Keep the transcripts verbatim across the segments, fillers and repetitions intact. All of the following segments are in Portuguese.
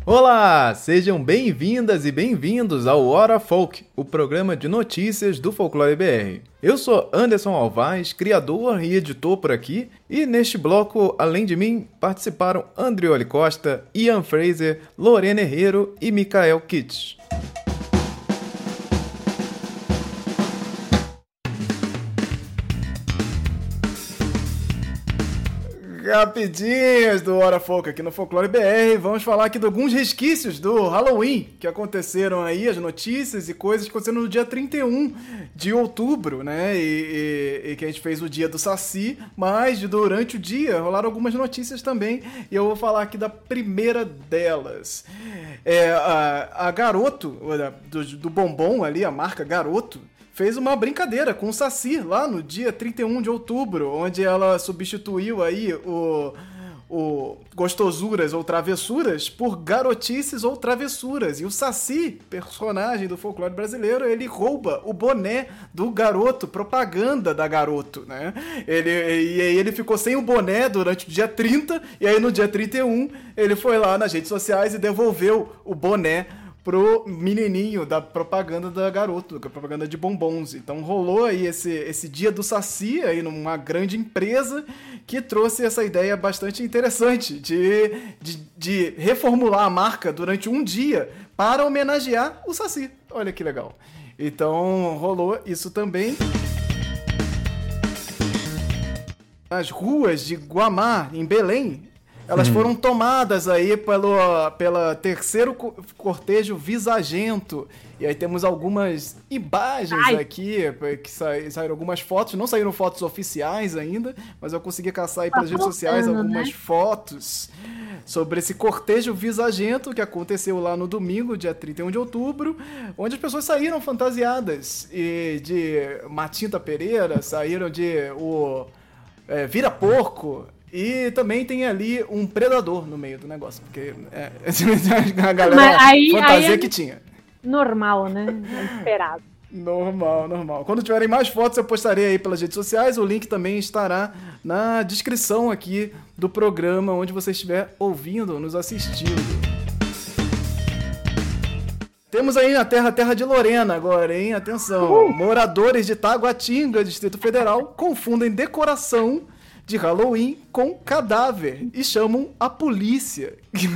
Olá, sejam bem-vindas e bem-vindos ao Hora Folk, o programa de notícias do Folclore B R. Eu sou Anderson Alvaz, criador e editor por aqui, e neste bloco, além de mim, participaram Andrioli Costa, Ian Fraser, Lorena Herrero e Mikael Kitsch. Rapidinhas do Hora Folk aqui no Folclore B R, vamos falar aqui de alguns resquícios do Halloween que aconteceram aí, as notícias e coisas que aconteceram no dia trinta e um de outubro, né, e, e, e que a gente fez o dia do Saci, mas durante o dia rolaram algumas notícias também, e eu vou falar aqui da primeira delas. É, a, a Garoto, do, do bombom ali, a marca Garoto, fez uma brincadeira com o Saci lá no dia trinta e um de outubro, onde ela substituiu aí o, o gostosuras ou travessuras por garotices ou travessuras. E o Saci, personagem do folclore brasileiro, ele rouba o boné do Garoto, propaganda da Garoto, né? Ele, e aí ele ficou sem o boné durante o dia trinta, e aí no dia trinta e um ele foi lá nas redes sociais e devolveu o boné pro menininho da propaganda da Garoto, da propaganda de bombons. Então rolou aí esse, esse dia do Saci aí numa grande empresa que trouxe essa ideia bastante interessante de, de, de reformular a marca durante um dia para homenagear o Saci. Olha que legal. Então rolou isso também. As ruas de Guamá, em Belém, elas foram tomadas aí pelo pela terceiro cortejo visagento. E aí temos algumas imagens Ai. aqui, que sa, saíram algumas fotos. Não saíram fotos oficiais ainda, mas eu consegui caçar aí pelas tá redes sociais algumas né? fotos sobre esse cortejo visagento que aconteceu lá no domingo, dia trinta e um de outubro, onde as pessoas saíram fantasiadas e de Matinta Pereira, saíram de o é, Vira-Porco. E também tem ali um predador no meio do negócio, porque é, a galera aí, fantasia aí é que tinha. Normal, né? É esperado. Normal, normal. Quando tiverem mais fotos, eu postarei aí pelas redes sociais. O link também estará na descrição aqui do programa, onde você estiver ouvindo, nos assistindo. Temos aí na terra, terra de Lorena agora, hein? Atenção. Uh! Moradores de Taguatinga, Distrito Federal, confundem decoração de Halloween com cadáver e chamam a polícia.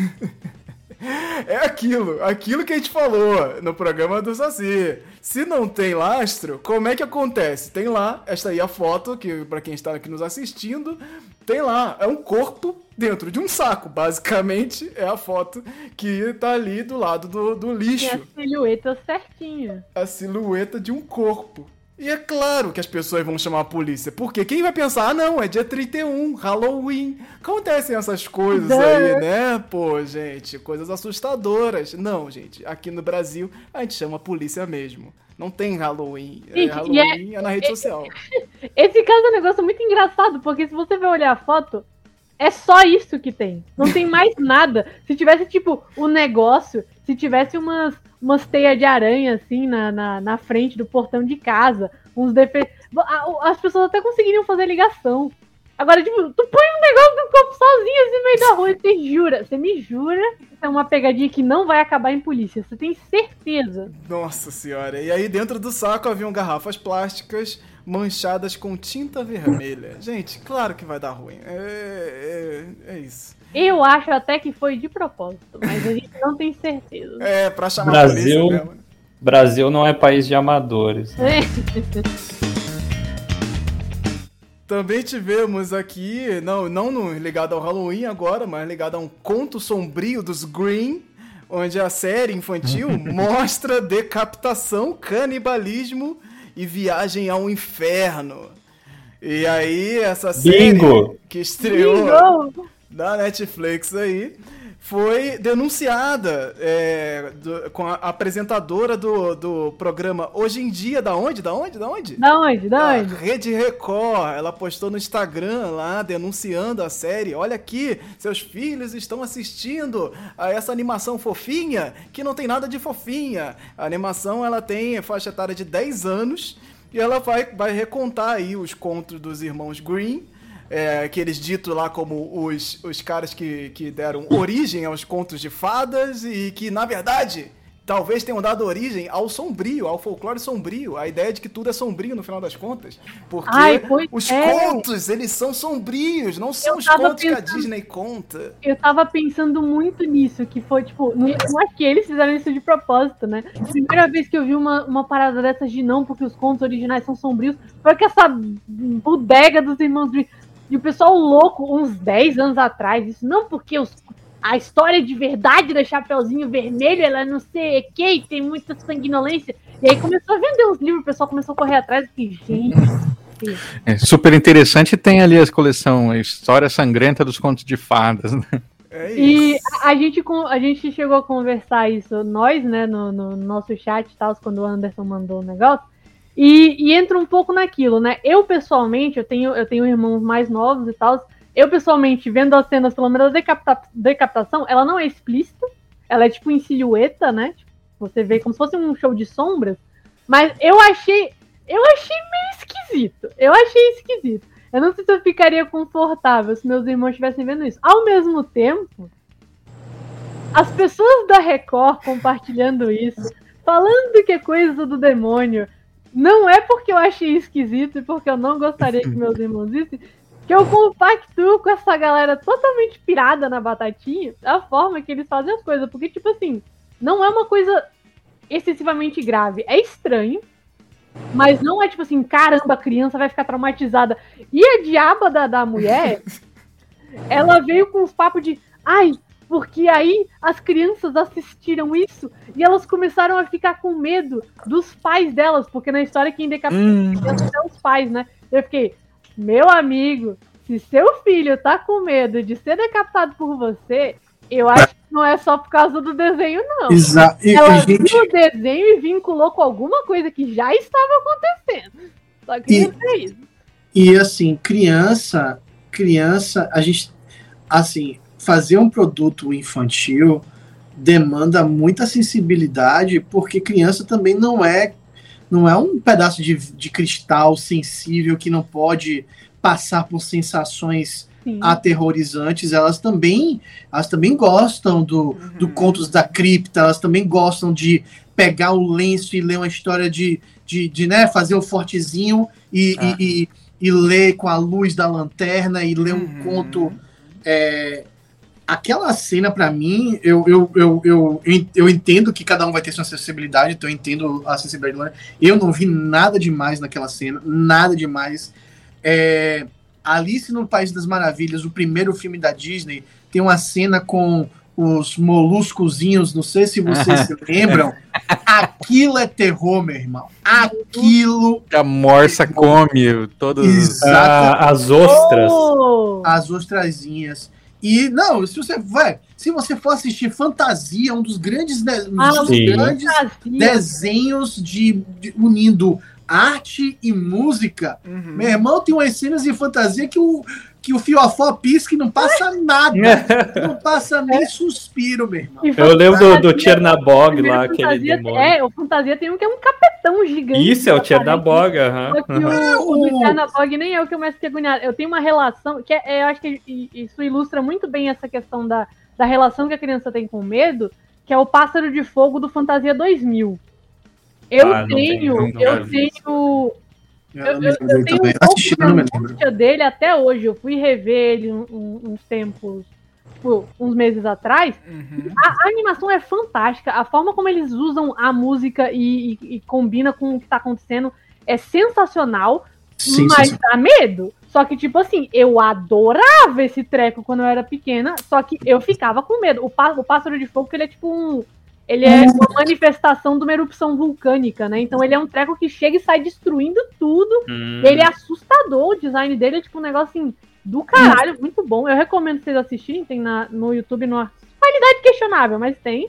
É aquilo, aquilo que a gente falou no programa do Saci. Se não tem lastro, como é que acontece? Tem lá, esta aí é a foto, que para quem está aqui nos assistindo, tem lá, é um corpo dentro de um saco, basicamente é a foto que tá ali do lado do, do lixo. É a silhueta certinha. A silhueta de um corpo. E é claro que as pessoas vão chamar a polícia, porque quem vai pensar, ah não, é dia trinta e um, Halloween. Acontecem essas coisas aí, né? Pô, gente, coisas assustadoras. Não, gente, aqui no Brasil a gente chama a polícia mesmo. Não tem Halloween. É, Halloween é, é na rede social. Esse caso é um negócio muito engraçado, porque se você vai olhar a foto, é só isso que tem. Não tem mais nada. Se tivesse, tipo, o um negócio, se tivesse umas, umas teias de aranha, assim, na, na, na frente do portão de casa, uns defeitos... As pessoas até conseguiriam fazer ligação. Agora, tipo, tu põe um negócio do corpo sozinho assim no meio da rua e você jura, você me jura que é uma pegadinha que não vai acabar em polícia. Você tem certeza. Nossa senhora. E aí dentro do saco haviam garrafas plásticas manchadas com tinta vermelha. Gente, claro que vai dar ruim. É, é, é isso. Eu acho até que foi de propósito, mas a gente não tem certeza. É, pra chamar Brasil, a polícia mesmo. Brasil não é país de amadores. É. Também tivemos aqui, não, não no, ligado ao Halloween agora, mas ligado a um conto sombrio dos Green, onde a série infantil mostra decapitação, canibalismo e viagem ao inferno. E aí, essa série Bingo. que estreou Bingo. na Netflix aí, foi denunciada é, do, com a apresentadora do, do programa Hoje em Dia, da onde? Da onde? Da onde? Da onde? Da onde? A Rede Record. Ela postou no Instagram lá, denunciando a série. Olha aqui, seus filhos estão assistindo a essa animação fofinha, que não tem nada de fofinha. A animação, ela tem faixa etária de dez anos, e ela vai, vai recontar aí os contos dos irmãos Green, é, que eles ditos lá como os, os caras que, que deram origem aos contos de fadas e que, na verdade, talvez tenham dado origem ao sombrio, ao folclore sombrio, a ideia de que tudo é sombrio no final das contas. Porque Ai, os é. contos, eles são sombrios, não são Eu os tava contos pensando... que a Disney conta. Eu tava pensando muito nisso, que foi, tipo, não, não é que eles fizeram isso de propósito, né? Primeira vez que eu vi uma, uma parada dessas de não, porque os contos originais são sombrios, foi que essa bodega dos irmãos Grimm, e o pessoal louco, uns dez anos atrás, isso não porque os, a história de verdade da Chapeuzinho Vermelho, ela não sei o que, tem muita sanguinolência, e aí começou a vender uns livros, o pessoal começou a correr atrás, e gente... É super interessante, tem ali a coleção a História Sangrenta dos Contos de Fadas, né? É isso. E a, a, gente, a gente chegou a conversar isso, nós, né, no, no nosso chat e tal, quando o Anderson mandou o negócio, e, e entra um pouco naquilo, né? Eu, pessoalmente, eu tenho, eu tenho irmãos mais novos e tal, eu, pessoalmente, vendo as cenas, pelo menos a decapita, decapitação, ela não é explícita, ela é tipo em silhueta, né? Tipo, você vê como se fosse um show de sombras, mas eu achei... Eu achei meio esquisito. Eu achei esquisito. Eu não sei se eu ficaria confortável se meus irmãos estivessem vendo isso. Ao mesmo tempo, as pessoas da Record compartilhando isso, falando que é coisa do demônio, não é porque eu achei esquisito e porque eu não gostaria que meus irmãos vissem, que eu compactuo com essa galera totalmente pirada na batatinha, a forma que eles fazem as coisas. Porque, tipo assim, não é uma coisa excessivamente grave. É estranho. Mas não é tipo assim, caramba, a criança vai ficar traumatizada. E a diaba da, da mulher, ela veio com os papos de, ai, porque aí as crianças assistiram isso e elas começaram a ficar com medo dos pais delas, porque na história quem decapita hum. é os pais, né? Eu fiquei, meu amigo, se seu filho tá com medo de ser decapitado por você, eu acho que não é só por causa do desenho, não. Exato. Ela viu o desenho e vinculou com alguma coisa que já estava acontecendo. Só queria dizer isso. E assim, criança, criança, a gente, assim, fazer um produto infantil demanda muita sensibilidade, porque criança também não é, não é um pedaço de, de cristal sensível que não pode passar por sensações Sim. aterrorizantes. Elas também, elas também gostam do, uhum. do Contos da Cripta, elas também gostam de pegar o lenço e ler uma história de, de, de né, fazer o fortezinho e, ah. e, e, e ler com a luz da lanterna e ler um uhum. conto. É, aquela cena, pra mim, eu, eu, eu, eu, eu entendo que cada um vai ter sua sensibilidade, então eu entendo a sensibilidade. Eu não vi nada demais naquela cena, nada demais. É, Alice no País das Maravilhas, o primeiro filme da Disney, tem uma cena com os moluscozinhos, não sei se vocês se lembram. Aquilo é terror, meu irmão. Aquilo... A morsa é come todas ah, as ostras. Oh! As ostrazinhas. E, não, se você vai, se você for assistir Fantasia, um dos grandes, um ah, dos grandes desenhos de, de unindo arte e música, uhum. meu irmão, tem umas cenas de fantasia que o, que o Fiofó pisca e não passa nada. Não passa nem suspiro, meu irmão. Eu lembro do, do Chernabog lá, aquele demônio. É, o Fantasia tem um que é um capetão gigante. Isso, é o Chernabog. Uhum. Só que o, o do Chernabog nem é o que eu mais fiquei agoniado. Eu tenho uma relação, que é, é, eu acho que isso ilustra muito bem essa questão da, da relação que a criança tem com medo, que é o Pássaro de Fogo do Fantasia dois mil. Eu ah, tenho, não tem, não eu tenho, eu, eu, eu, eu tenho um pouco de angústia dele até hoje. Eu fui rever ele um, um, uns tempos, tipo, uns meses atrás. Uhum. A, a animação é fantástica, a forma como eles usam a música e, e, e combina com o que tá acontecendo é sensacional, sim, mas sim, sim. dá medo. Só que, tipo assim, eu adorava esse treco quando eu era pequena, só que eu ficava com medo. O, pá, o Pássaro de Fogo, ele é tipo um... Ele é uma manifestação de uma erupção vulcânica, né? Então ele é um treco que chega e sai destruindo tudo. Hum. Ele é assustador, o design dele é tipo um negócio assim, do caralho, muito bom. Eu recomendo vocês assistirem, tem na, no YouTube numa qualidade questionável, mas tem.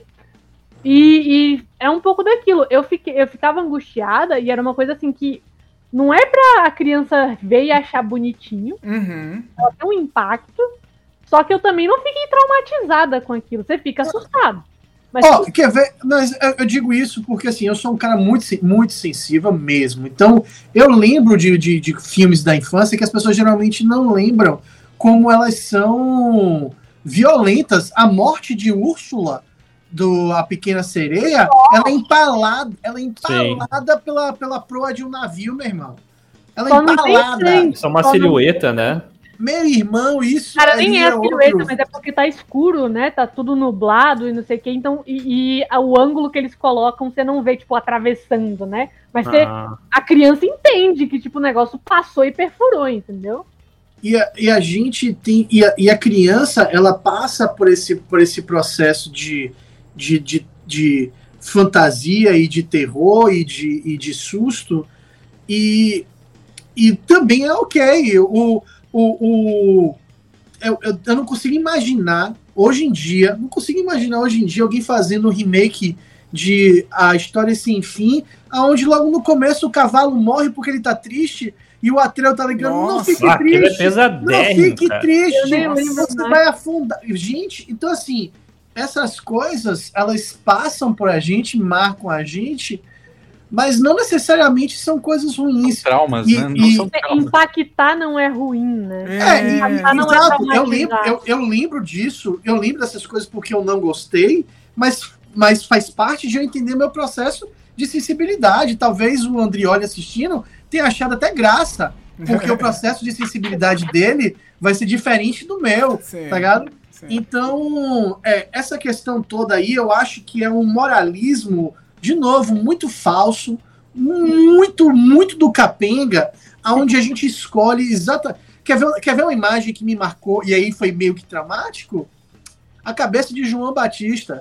E, e é um pouco daquilo. Eu, fiquei, eu ficava angustiada e era uma coisa assim que não é pra a criança ver e achar bonitinho. Uhum. Ela tem um impacto. Só que eu também não fiquei traumatizada com aquilo. Você fica assustado. Mas Ó, quer ver? Mas eu, eu digo isso porque, assim, eu sou um cara muito, sen- muito sensível mesmo. Então, eu lembro de, de, de filmes da infância que as pessoas geralmente não lembram como elas são violentas. A morte de Úrsula, do A Pequena Sereia, ela é empalada, ela é empalada pela, pela proa de um navio, meu irmão. Ela é Só não tem empalada. sangue. Só uma Só não- silhueta, né? Meu irmão, isso Cara, ali nem é a outro- silhueta, mas é porque tá escuro, né? Tá tudo nublado e não sei o que. Então, e, e o ângulo que eles colocam, você não vê, tipo, atravessando, né? Mas você, Ah, a criança entende que, tipo, o negócio passou e perfurou, entendeu? E a, e a gente tem. E a, e a criança, ela passa por esse, por esse processo de, de, de, de fantasia e de terror e de, e de susto. E, e também é ok. O, o, o, eu, eu, eu não consigo imaginar, hoje em dia, não consigo imaginar hoje em dia alguém fazendo um remake de A História Sem Fim, onde logo no começo o cavalo morre porque ele tá triste. E o Atreu tá ligando, não Nossa, fique aquilo é triste. Não pesadérrimo, fique cara. triste. Eu nem lembro Você mais. vai afundar. Gente, então assim, essas coisas, elas passam por a gente, marcam a gente, mas não necessariamente são coisas ruins. Traumas, E- né? Não e- são traumas. Impactar não é ruim, né? É, e- Ah, não é exato. Eu lembro, traumatizar. eu, eu lembro disso, eu lembro dessas coisas porque eu não gostei, mas, mas faz parte de eu entender meu processo de sensibilidade. Talvez o Andrioli assistindo tenha achado até graça, porque o processo de sensibilidade dele vai ser diferente do meu, Sim, tá ligado? sim. Então, é, essa questão toda aí, eu acho que é um moralismo, de novo, muito falso, muito, muito do capenga, onde a gente escolhe exata. Quer ver, quer ver uma imagem que me marcou, e aí foi meio que traumático? A cabeça de João Batista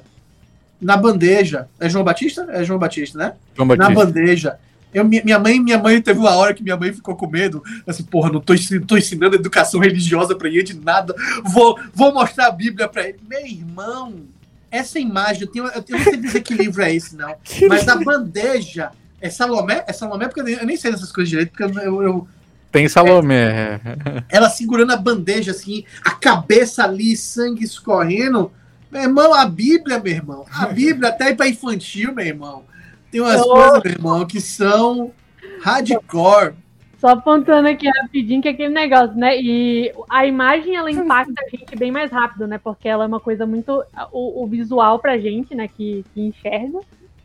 na bandeja. É João Batista? É João Batista, né? João Na Batista. bandeja. Eu, mi- minha mãe, minha mãe teve uma hora que minha mãe ficou com medo. Assim, porra, não tô, ensin- tô ensinando educação religiosa pra ele de nada. Vou, vou mostrar a Bíblia pra ele. Meu irmão, essa imagem, eu, tenho, eu, tenho- eu não sei dizer que livro é esse, não. Mas a bandeja. É Salomé? É Salomé, porque eu nem, eu nem sei dessas coisas direito, porque eu, eu- eu- Tem Salomé. ela segurando a bandeja, assim, a cabeça ali, sangue escorrendo. Meu irmão, a Bíblia, meu irmão. A Bíblia, até pra infantil, meu irmão. Tem umas Eu- coisas, meu irmão, que são hardcore. Só apontando aqui rapidinho que é aquele negócio, né? E a imagem, ela impacta a gente bem mais rápido, né? Porque ela é uma coisa muito... O, o visual pra gente, né? Que, que enxerga.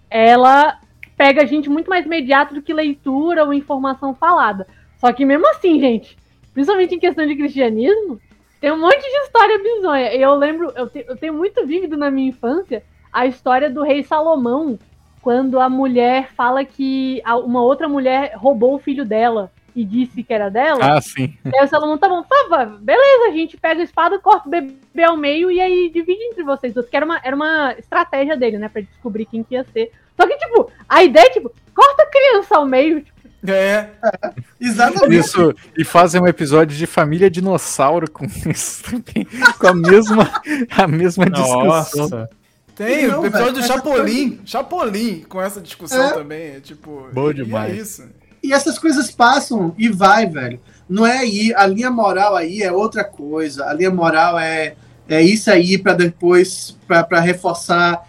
Ela pega a gente muito mais imediato do que leitura ou informação falada. Só que mesmo assim, gente, principalmente em questão de cristianismo, tem um monte de história bizonha. Eu lembro, eu, te, eu tenho muito vívido na minha infância a história do rei Salomão, quando a mulher fala que a- uma outra mulher roubou o filho dela e disse que era dela. Ah, sim. E aí o Salomão, tá bom, por favor, beleza, a gente pega a espada, corta o bebê ao meio e aí divide entre vocês dois, que era uma, era uma estratégia dele, né, pra descobrir quem que ia ser. Só que, tipo, a ideia é, tipo, corta a criança ao meio, tipo, É, Exatamente. Isso, e fazem um episódio de Família Dinossauro com isso também, com a mesma, a mesma discussão. Nossa. tem Não, o episódio velho, do essa Chapolin. Chapolin, com essa discussão É. também. É tipo. Bom e demais. É isso. E essas coisas passam e vai, velho. Não é aí, a linha moral aí é outra coisa. A linha moral é, é isso aí pra depois, pra, pra reforçar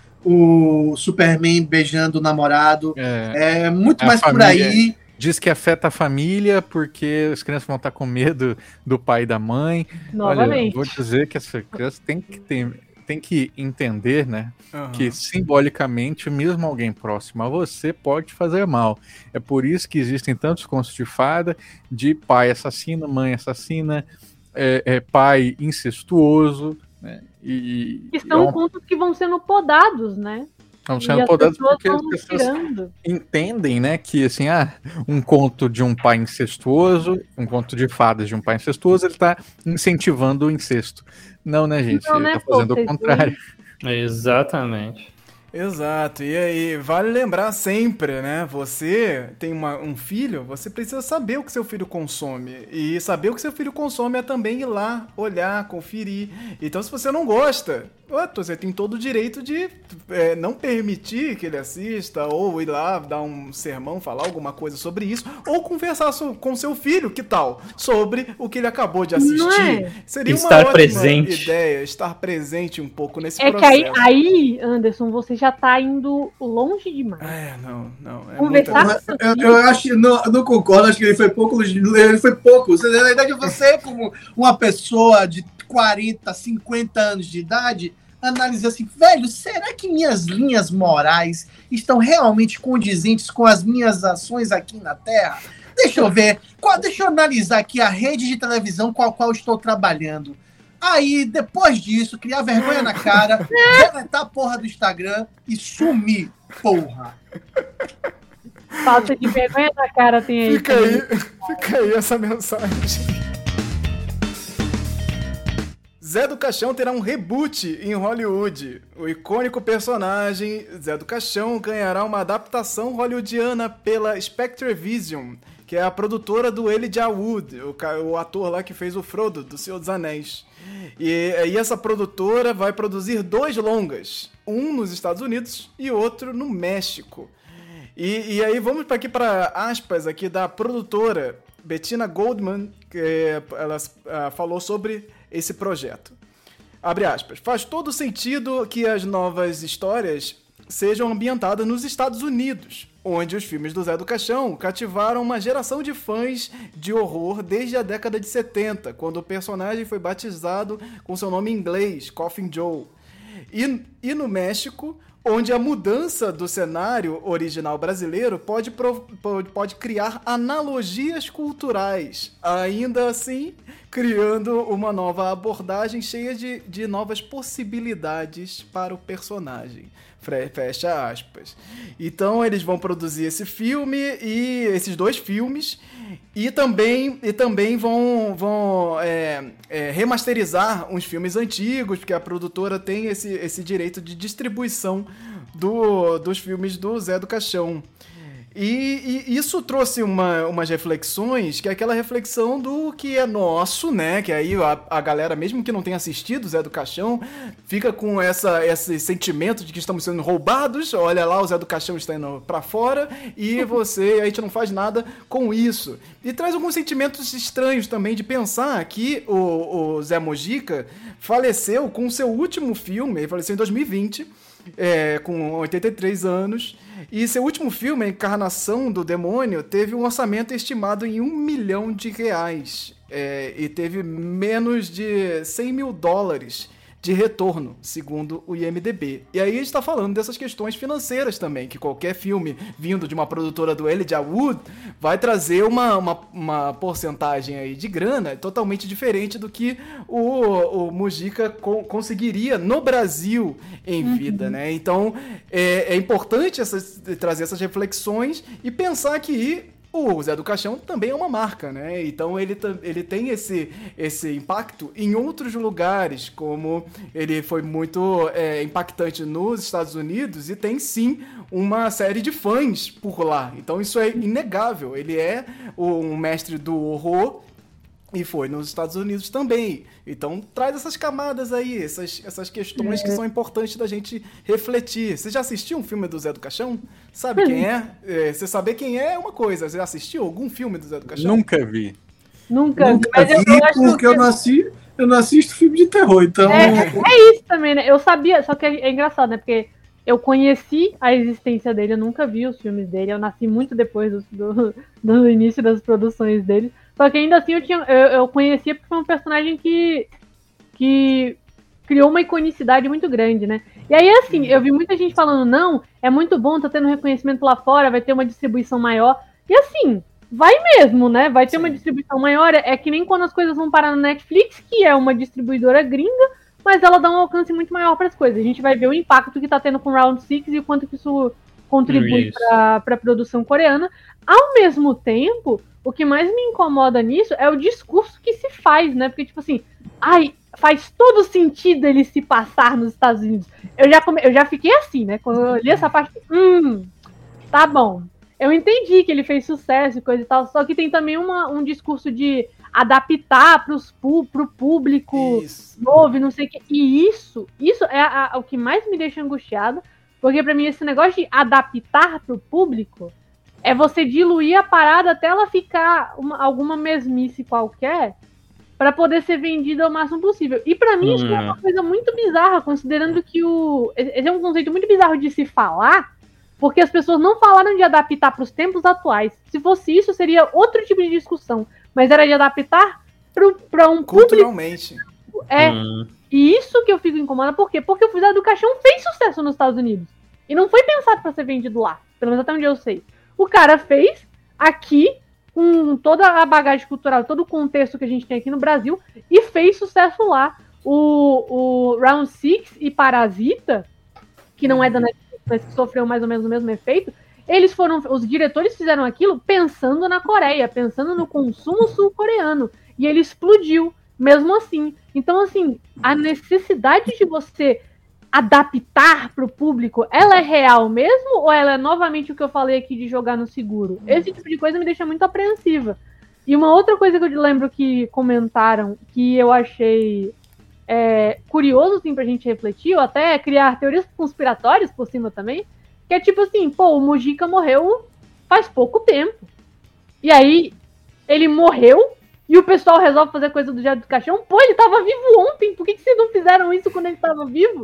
o Superman beijando o namorado. É, É muito A mais por família. aí. diz que afeta a família porque as crianças vão estar com medo do pai e da mãe. novamente. Olha, vou dizer que essa criança tem que ter, tem que entender, né, Aham. que simbolicamente mesmo alguém próximo a você pode fazer mal. É por isso que existem tantos contos de fada de pai assassino, mãe assassina, é, é pai incestuoso, né? E, Que e são é um- contos que vão sendo podados, né? estão E sendo as podados pessoas porque as vão pessoas tirando. entendem, né, que assim, ah, um conto de um pai incestuoso, um conto de fadas de um pai incestuoso, ele tá incentivando o incesto. Não, né, gente? Não, ele né, tá pô, fazendo o vocês contrário. Exatamente. Exato, e aí vale lembrar sempre, né? Você tem uma, um filho, você precisa saber o que seu filho consome. E saber o que seu filho consome é também ir lá, olhar, conferir. Então, se você não gosta, você tem todo o direito de é, não permitir que ele assista, ou ir lá dar um sermão, falar alguma coisa sobre isso, ou conversar so, com seu filho, que tal? Sobre o que ele acabou de assistir. É? Seria estar uma ótima presente. ideia, estar presente um pouco nesse é processo. É que aí, aí, Anderson, você já tá indo longe demais. É, não, não. É Conversar muita... eu, eu acho que não, não concordo, acho que ele foi pouco. Ele foi pouco. Na verdade, você, como uma pessoa de quarenta, cinquenta anos de idade, analisa assim, velho, será que minhas linhas morais estão realmente condizentes com as minhas ações aqui na Terra? Deixa eu ver, qual, deixa eu analisar aqui a rede de televisão com a qual estou trabalhando. Aí, depois disso, criar vergonha na cara, deletar a porra do Instagram e sumir, porra. Falta de vergonha na cara tem aí. Fica aí, fica aí essa mensagem. Zé do Caixão terá um reboot em Hollywood. O icônico personagem Zé do Caixão ganhará uma adaptação hollywoodiana pela Spectrevision, que é a produtora do Elijah Wood, o, o ator lá que fez o Frodo, do Senhor dos Anéis. E, e essa produtora vai produzir dois longas, um nos Estados Unidos e outro no México. E, e aí vamos aqui para aspas aqui da produtora Bettina Goldman, que ela uh, falou sobre esse projeto. Abre aspas. Faz todo sentido que as novas histórias sejam ambientadas nos Estados Unidos, onde os filmes do Zé do Caixão cativaram uma geração de fãs de horror desde a década de setenta, quando o personagem foi batizado com seu nome em inglês, Coffin Joe. E, e no México, onde a mudança do cenário original brasileiro pode, pode, pode criar analogias culturais, ainda assim criando uma nova abordagem cheia de, de novas possibilidades para o personagem. Fecha aspas. Então eles vão produzir esse filme e esses dois filmes e também, e também vão, vão é, é, remasterizar uns filmes antigos, porque a produtora tem esse, esse direito de distribuição do, dos filmes do Zé do Caixão. E, e isso trouxe uma, umas reflexões, que é aquela reflexão do que é nosso, né? Que aí a, a galera, mesmo que não tenha assistido Zé do Caixão, fica com essa, esse sentimento de que estamos sendo roubados. Olha lá, o Zé do Caixão está indo pra fora e você, a gente não faz nada com isso. E traz alguns sentimentos estranhos também de pensar que o, o Zé Mojica faleceu com seu último filme, ele faleceu em dois mil e vinte, É, com oitenta e três anos, e seu último filme, A Encarnação do Demônio, teve um orçamento estimado em um milhão de reais, é, e teve menos de cem mil dólares de retorno, segundo o I M D B. E aí a gente está falando dessas questões financeiras também, que qualquer filme vindo de uma produtora do Elijah Wood vai trazer uma, uma, uma porcentagem aí de grana totalmente diferente do que o, o Mojica co- conseguiria no Brasil em uhum. vida, né? Então é, é importante essas, trazer essas reflexões e pensar que o Zé do Caixão também é uma marca, né? Então ele, ele tem esse, esse impacto em outros lugares, como ele foi muito é, impactante nos Estados Unidos e tem sim uma série de fãs por lá. Então isso é inegável. Ele é um mestre do horror e foi nos Estados Unidos também. Então traz essas camadas aí, essas, essas questões que são importantes da gente refletir. Você já assistiu um filme do Zé do Caixão? Sabe quem é? é? Você saber quem é é uma coisa. Você já assistiu algum filme do Zé do Caixão? Nunca vi. Nunca, Nunca mas vi, eu, eu acho porque que... eu nasci, eu não assisto filme de terror, então... É, é isso também, né? Eu sabia, só que é, é engraçado, né? Porque eu conheci a existência dele, eu nunca vi os filmes dele, eu nasci muito depois do, do, do início das produções dele. Só que ainda assim eu, tinha, eu, eu conhecia porque foi um personagem que, que criou uma iconicidade muito grande, né? E aí, assim, eu vi muita gente falando, não, é muito bom, tá tendo reconhecimento lá fora, vai ter uma distribuição maior. E assim, vai mesmo, né? Vai ter Sim. uma distribuição maior. É que nem quando as coisas vão parar na Netflix, que é uma distribuidora gringa, mas ela dá um alcance muito maior para as coisas. A gente vai ver o impacto que tá tendo com Round Six e o quanto que isso contribui para a produção coreana. Ao mesmo tempo, o que mais me incomoda nisso é o discurso que se faz, né? Porque, tipo assim, ai, faz todo sentido ele se passar nos Estados Unidos. Eu já, come... eu já fiquei assim, né? Quando eu li essa parte, hum, tá bom. Eu entendi que ele fez sucesso e coisa e tal, só que tem também uma, um discurso de adaptar pros, pro público isso. novo, não sei o que. E isso, isso é a, a, o que mais me deixa angustiado, porque pra mim esse negócio de adaptar pro público é você diluir a parada até ela ficar uma, alguma mesmice qualquer para poder ser vendida o máximo possível. E pra mim hum. isso é uma coisa muito bizarra, considerando que o... Esse é um conceito muito bizarro de se falar, porque as pessoas não falaram de adaptar para os tempos atuais. Se fosse isso, seria outro tipo de discussão. Mas era de adaptar para um culturalmente. Público. É. Hum. E isso que eu fico incomodada. Por quê? Porque o Fuzil do Caixão fez sucesso nos Estados Unidos. E não foi pensado para ser vendido lá. Pelo menos até onde eu sei. O cara fez aqui, com toda a bagagem cultural, todo o contexto que a gente tem aqui no Brasil, e fez sucesso lá. O, o Round Six e Parasita, que não é da Netflix, mas que sofreu mais ou menos o mesmo efeito, eles foram, os diretores fizeram aquilo pensando na Coreia, pensando no consumo sul-coreano, e ele explodiu, mesmo assim. Então, assim, a necessidade de você adaptar para o público, ela é real mesmo, ou ela é novamente o que eu falei aqui de jogar no seguro? Esse tipo de coisa me deixa muito apreensiva. E uma outra coisa que eu lembro que comentaram, que eu achei é, curioso, assim, pra gente refletir, ou até criar teorias conspiratórias por cima também, que é tipo assim, pô, o Mujica morreu faz pouco tempo. E aí, ele morreu, e o pessoal resolve fazer coisa do Diário do Caixão. Pô, ele tava vivo ontem, por que, que vocês não fizeram isso quando ele tava vivo?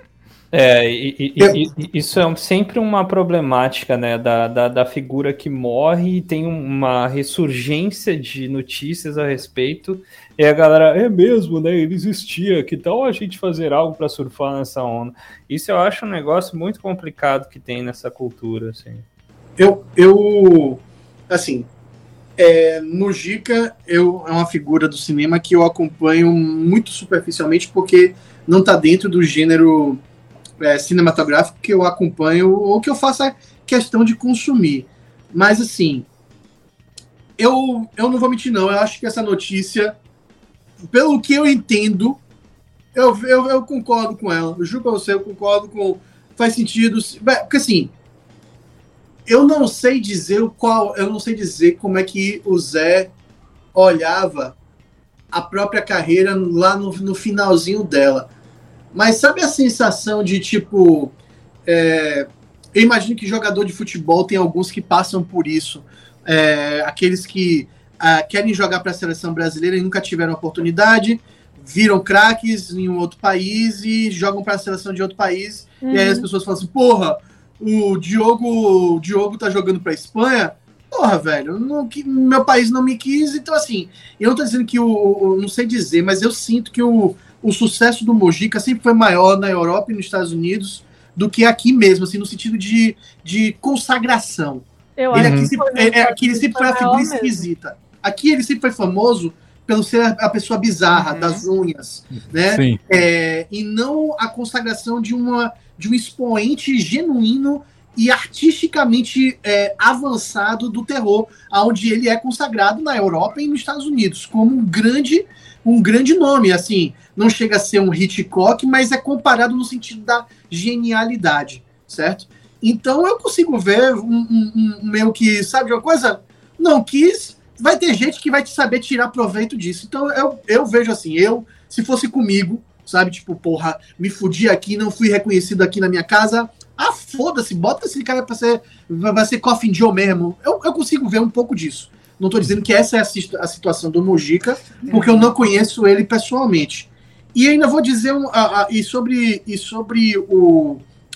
É, e, e, e, isso é sempre uma problemática, né, da, da, da figura que morre e tem uma ressurgência de notícias a respeito, e a galera, é mesmo, né, ele existia, que tal a gente fazer algo para surfar nessa onda? Isso eu acho um negócio muito complicado que tem nessa cultura, assim. Eu, eu assim, é, Mujica eu, é uma figura do cinema que eu acompanho muito superficialmente, porque não tá dentro do gênero É, cinematográfico que eu acompanho ou que eu faça questão de consumir. Mas, assim, eu, eu não vou mentir, não. Eu acho que essa notícia, pelo que eu entendo, eu, eu, eu concordo com ela. Eu juro pra você, eu concordo com... Faz sentido. Porque, assim, eu não sei dizer o qual... Eu não sei dizer como é que o Zé olhava a própria carreira lá no, no finalzinho dela. Mas sabe a sensação de, tipo... É, eu imagino que jogador de futebol tem alguns que passam por isso. É, aqueles que ah, querem jogar para a seleção brasileira e nunca tiveram oportunidade, viram craques em um outro país e jogam para a seleção de outro país. Uhum. E aí as pessoas falam assim, porra, o Diogo, o Diogo tá jogando para a Espanha? Porra, velho, não, que, meu país não me quis. Então, assim, eu não tô dizendo que o... o não sei dizer, mas eu sinto que o... o sucesso do Mujica sempre foi maior na Europa e nos Estados Unidos do que aqui mesmo, assim, no sentido de, de consagração. Eu ele, aqui, sempre, é, aqui ele sempre foi a figura esquisita. Aqui ele sempre foi famoso pelo ser a pessoa bizarra, uhum. das unhas, né? Sim. É, e não a consagração de, uma, de um expoente genuíno e artisticamente é, avançado do terror, onde ele é consagrado na Europa e nos Estados Unidos, como um grande... um grande nome, assim, não chega a ser um Hitchcock, mas é comparado no sentido da genialidade, certo? Então eu consigo ver um, um, um meio que, sabe de uma coisa? Não quis, vai ter gente que vai te saber tirar proveito disso. Então eu, eu vejo assim, eu, se fosse comigo, sabe, tipo, porra, me fudi aqui, não fui reconhecido aqui na minha casa, ah, foda-se, bota esse cara pra ser, vai ser Coffin Joe mesmo. Eu, eu consigo ver um pouco disso. Não estou dizendo que essa é a, a situação do Mujica, porque eu não conheço ele pessoalmente. E ainda vou dizer um, a, a, e sobre, e sobre o,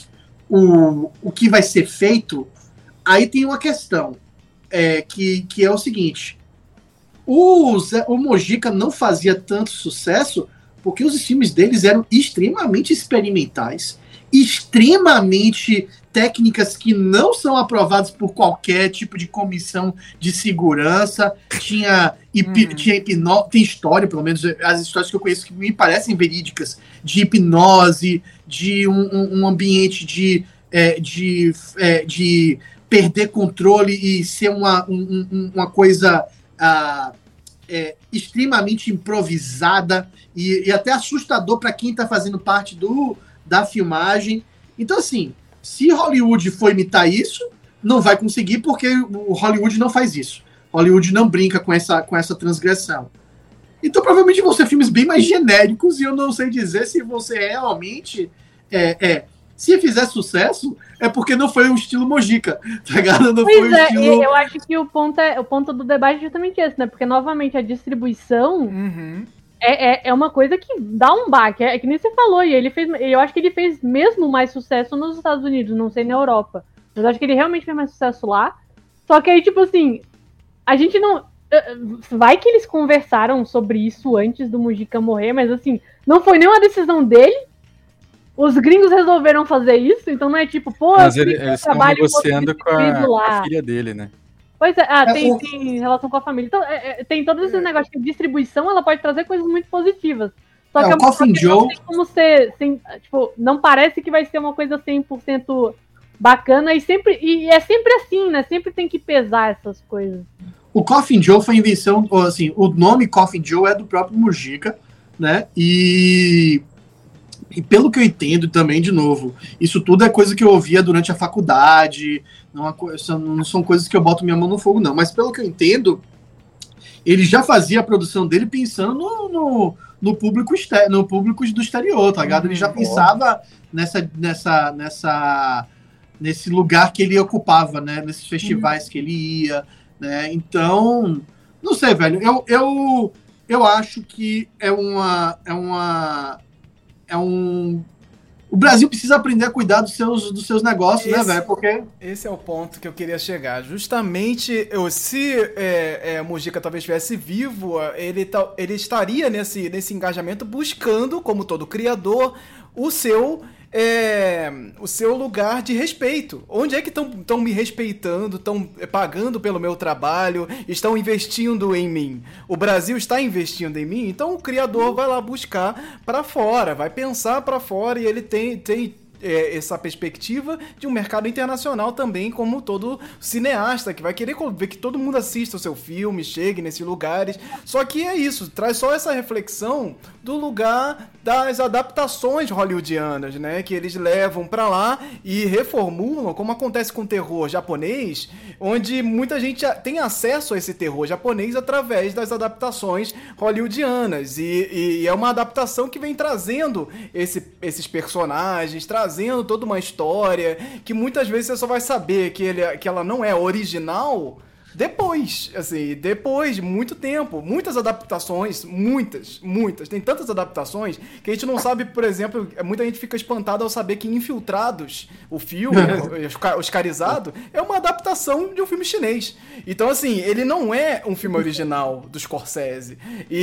o, o que vai ser feito, aí tem uma questão, é, que, que é o seguinte, o, Zé, o Mujica não fazia tanto sucesso porque os filmes deles eram extremamente experimentais, extremamente técnicas que não são aprovadas por qualquer tipo de comissão de segurança. Tinha, hipi, hum. tinha hipnose, tem história, pelo menos as histórias que eu conheço que me parecem verídicas, de hipnose, de um, um ambiente de, é, de, é, de perder controle e ser uma, um, um, uma coisa uh, é, extremamente improvisada e, e até assustador para quem está fazendo parte do, da filmagem. Então, assim, se Hollywood for imitar isso, não vai conseguir, porque o Hollywood não faz isso. Hollywood não brinca com essa, com essa transgressão. Então, provavelmente vão ser filmes bem mais genéricos, e eu não sei dizer se você realmente... É, é, se fizer sucesso, é porque não foi o estilo Mojica, tá ligado? Não pois foi o é, estilo... eu acho que o ponto, é, o ponto do debate é justamente esse, né? Porque, novamente, a distribuição Uhum. é, é, é uma coisa que dá um baque. É, é que nem você falou, e ele fez, eu acho que ele fez mesmo mais sucesso nos Estados Unidos, não sei na Europa. Mas eu acho que ele realmente fez mais sucesso lá. Só que aí, tipo assim, a gente não... Vai que eles conversaram sobre isso antes do Mujica morrer, mas assim, não foi nenhuma decisão dele. Os gringos resolveram fazer isso, então não é tipo, pô, mas ele, eles estão negociando com a, com a filha dele, né? Pois é, ah, É, tem, o- tem relação com a família. Então, é, é, tem todos esses negócios de distribuição, ela pode trazer coisas muito positivas. Só É, que o Coffin não Joe- tem como ser, sem, tipo, não parece que vai ser uma coisa cem por cento bacana e sempre e é sempre assim, né? Sempre tem que pesar essas coisas. O Coffin Joe foi invenção, ou assim, o nome Coffin Joe é do próprio Mujica, né? E, e pelo que eu entendo também, de novo, isso tudo é coisa que eu ouvia durante a faculdade, não, é co- são- não são coisas que eu boto minha mão no fogo, não. Mas pelo que eu entendo, ele já fazia a produção dele pensando no, no, no público exter- no público do exterior, tá ligado? Ele já pensava nessa, nessa, nessa, nesse lugar que ele ocupava, né? Nesses festivais que ele ia, né? Então, não sei, velho. Eu, eu, eu acho que é uma, é uma, é um. O Brasil precisa aprender a cuidar dos seus, dos seus negócios, né, Esse- velho? Porque Esse é o ponto que eu queria chegar. Justamente, eu, se é, é, Mujica talvez estivesse vivo, ele, ta- ele estaria nesse, nesse engajamento buscando, como todo criador, o seu, é, o seu lugar de respeito. Onde é que estão me respeitando, estão pagando pelo meu trabalho, estão investindo em mim? O Brasil está investindo em mim, então o criador vai lá buscar para fora, vai pensar para fora e ele tem... tem é, essa perspectiva de um mercado internacional também, como todo cineasta, que vai querer ver que todo mundo assista o seu filme, chegue nesses lugares. Só que é isso, traz só essa reflexão do lugar das adaptações hollywoodianas, né? Que eles levam pra lá e reformulam, como acontece com o terror japonês, onde muita gente tem acesso a esse terror japonês através das adaptações hollywoodianas. E, e é uma adaptação que vem trazendo esse, esses personagens, trazendo toda uma história que muitas vezes você só vai saber que, ele, que ela não é original depois, assim, depois de muito tempo. Muitas adaptações, muitas, muitas. Tem tantas adaptações que a gente não sabe, por exemplo, muita gente fica espantada ao saber que Infiltrados, o filme, Oscarizado, é uma adaptação de um filme chinês. Então, assim, ele não é um filme original do Scorsese.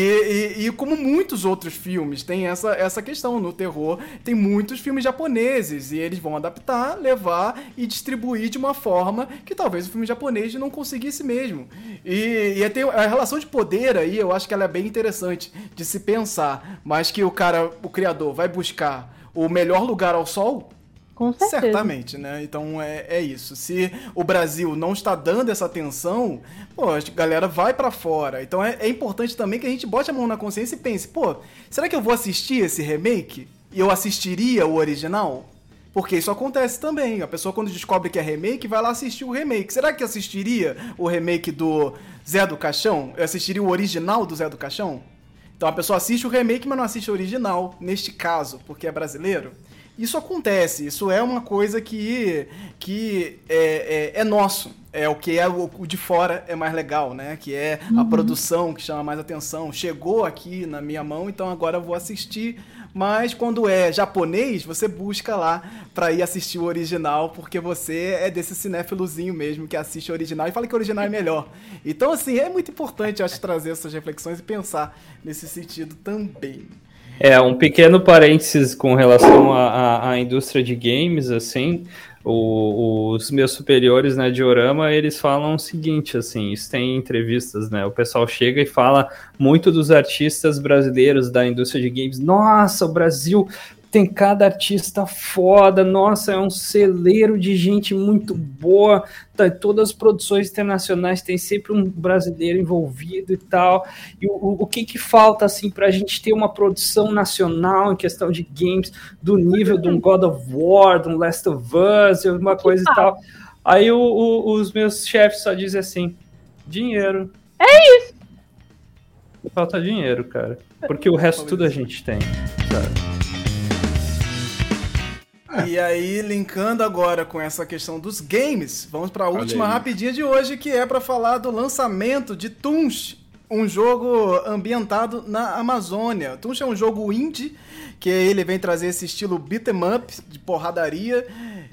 E, e, e como muitos outros filmes, tem essa, essa questão. No terror, tem muitos filmes japoneses e eles vão adaptar, levar e distribuir de uma forma que talvez o filme japonês não conseguisse mesmo. E, e tem a relação de poder aí, eu acho que ela é bem interessante de se pensar, mas que o cara, o criador, vai buscar o melhor lugar ao sol, Com certeza. certamente, né? Então é, é isso. Se o Brasil não está dando essa atenção, pô, a galera vai pra fora. Então é, é importante também que a gente bote a mão na consciência e pense, pô, será que eu vou assistir esse remake? E eu assistiria o original? Porque isso acontece também. A pessoa, quando descobre que é remake, vai lá assistir o remake. Será que assistiria o remake do Zé do Caixão? Eu assistiria o original do Zé do Caixão? Então a pessoa assiste o remake, mas não assiste o original, neste caso, porque é brasileiro. Isso acontece, isso é uma coisa que, que é, é, é nosso. É o que é o, o de fora é mais legal, né? Que é a Uhum. produção que chama mais atenção. Chegou aqui na minha mão, então agora eu vou assistir. Mas quando é japonês, você busca lá pra ir assistir o original, porque você é desse cinéfilozinho mesmo que assiste o original e fala que o original é melhor. Então, assim, é muito importante, eu acho, trazer essas reflexões e pensar nesse sentido também. É, um pequeno parênteses com relação à, à, à indústria de games, assim, o, os meus superiores na Diorama, eles falam o seguinte, assim, isso tem entrevistas, né, o pessoal chega e fala muito dos artistas brasileiros da indústria de games, nossa, o Brasil tem cada artista foda, nossa, é um celeiro de gente muito boa, tá, todas as produções internacionais tem sempre um brasileiro envolvido e tal, e o, o, o que que falta, assim, pra gente ter uma produção nacional em questão de games, do nível de um God of War, de um Last of Us, uma coisa e tal. Aí o, o, os meus chefes só dizem assim, dinheiro. É isso! Falta dinheiro, cara. Porque o resto tudo a gente tem, sabe? E aí, linkando agora com essa questão dos games, vamos para a última aí. rapidinha de hoje, que é para falar do lançamento de Tunch, um jogo ambientado na Amazônia. Tunch é um jogo indie, que ele vem trazer esse estilo beat 'em up, de porradaria,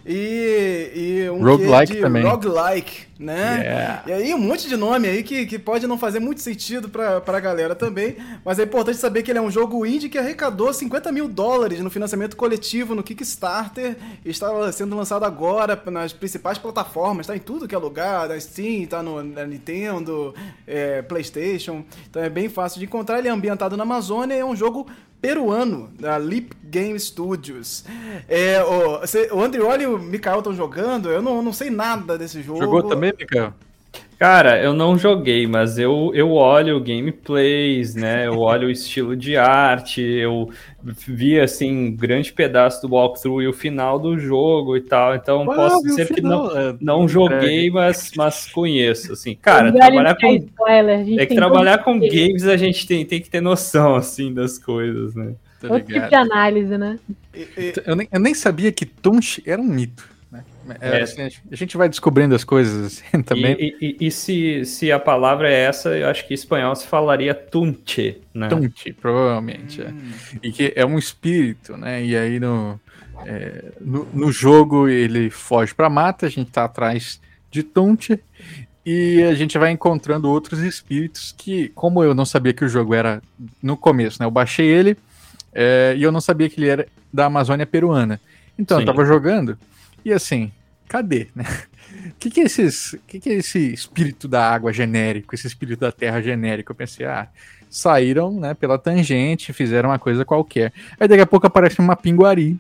e, e um roguelike de também. roguelike, né? Yeah. E aí um monte de nome aí que, que pode não fazer muito sentido pra, pra galera também, mas é importante saber que ele é um jogo indie que arrecadou cinquenta mil dólares no financiamento coletivo no Kickstarter, e está sendo lançado agora nas principais plataformas, tá em tudo que é lugar, na Steam, tá no, na Nintendo, é, PlayStation, então é bem fácil de encontrar. Ele é ambientado na Amazônia e é um jogo peruano, da Leap Game Studios. É, o, cê, o Andrioli e o Mikael estão jogando, eu não, não sei nada desse jogo. Jogou também, Mikael? Cara, eu não joguei, mas eu, eu olho gameplays, né? Eu olho o estilo de arte, eu vi, assim, um grande pedaço do walkthrough e o final do jogo e tal. Então, Ah, posso viu o dizer que final, não, é, não joguei, mas, mas conheço, assim. Cara, Olha, trabalhar não tem com... spoiler, a gente É que tem trabalhar todo com tipo de- games a gente tem, tem que ter noção, assim, das coisas, né? Tá Outro tipo ligado? de análise, né? E- e- Eu nem, eu nem sabia que Tunch era um mito. Né? É, É. assim, a gente vai descobrindo as coisas assim, também. E, e- e- e se, se a palavra é essa, eu acho que em espanhol se falaria tunche, né? Tunch, provavelmente. É. Hum. E que é um espírito, né? E aí no, é, no, no jogo ele foge pra mata, a gente tá atrás de Tunch e a gente vai encontrando outros espíritos que, como eu não sabia que o jogo era no começo, né? Eu baixei ele é, e eu não sabia que ele era da Amazônia peruana. Então Sim. eu tava jogando e assim, cadê, né? O que que é esses, que que é esse espírito da água genérico, esse espírito da terra genérico? Eu pensei, ah, saíram, né, pela tangente, fizeram uma coisa qualquer. Aí daqui a pouco aparece uma pinguari.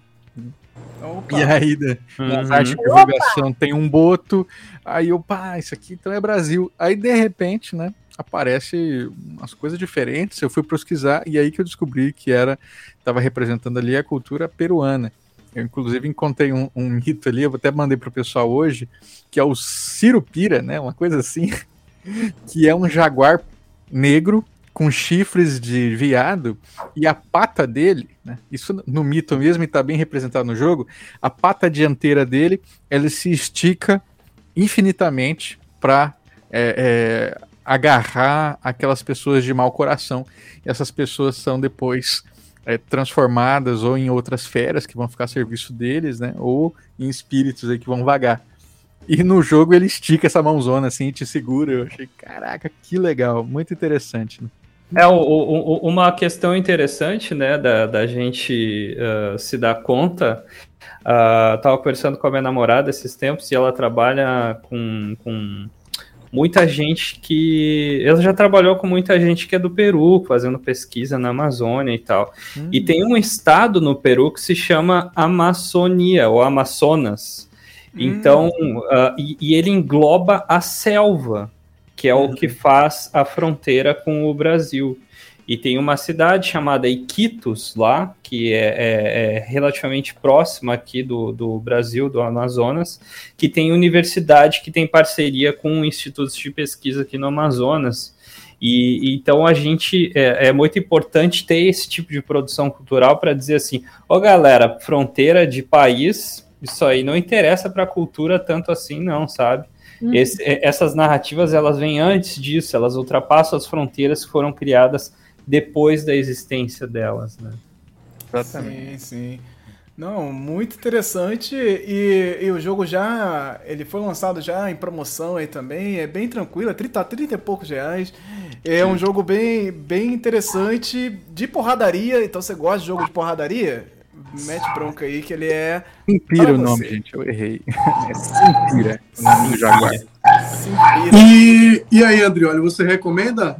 Opa. E aí, né, nas Uhum. artes de divulgação tem um boto. Aí eu, pá, isso aqui então é Brasil. Aí de repente, né, aparece umas coisas diferentes. Eu fui pesquisar e aí que eu descobri que era, estava representando ali a cultura peruana. Eu, inclusive, encontrei um, um mito ali, eu até mandei pro pessoal hoje, que é o Cirupira, né? Uma coisa assim, que é um jaguar negro com chifres de veado, e a pata dele, né? Isso no mito mesmo e tá bem representado no jogo, a pata dianteira dele, ela se estica infinitamente para é, é, agarrar aquelas pessoas de mau coração. E essas pessoas são depois É, transformadas ou em outras feras que vão ficar a serviço deles, né? Ou em espíritos aí que vão vagar. E no jogo ele estica essa mãozona assim e te segura. Eu achei, caraca, que legal, muito interessante. Né? É o, o, o- uma questão interessante, né, da, da gente uh, se dar conta. Uh, tava conversando com a minha namorada esses tempos e ela trabalha com, com muita gente que... Ela já trabalhou com muita gente que é do Peru, fazendo pesquisa na Amazônia e tal. Hum. E tem um estado no Peru que se chama Amazônia, ou Amazonas. Então, uh, e, e ele engloba a selva, que é o que faz a fronteira com o Brasil. E tem uma cidade chamada Iquitos lá, que é, é- é relativamente próxima aqui do, do Brasil, do Amazonas, que tem universidade que tem parceria com institutos de pesquisa aqui no Amazonas. E, e então a gente é, é muito importante ter esse tipo de produção cultural para dizer assim, ó galera, fronteira de país, isso aí não interessa para a cultura tanto assim não, sabe? Uhum. Esse- é- essas narrativas elas vêm antes disso, elas ultrapassam as fronteiras que foram criadas depois da existência delas, né? Exatamente. Sim, sim. Não, muito interessante e, e o jogo já, ele foi lançado já em promoção aí também, é bem tranquilo, é trinta, trinta e poucos reais, é um jogo bem, bem interessante, de porradaria, então você gosta de jogo de porradaria? Mete bronca aí que ele é... Simpira Para o nome, você. gente, eu errei. É Simpira, o nome do jaguar. Simpira. E, e aí, Andrioli, você recomenda?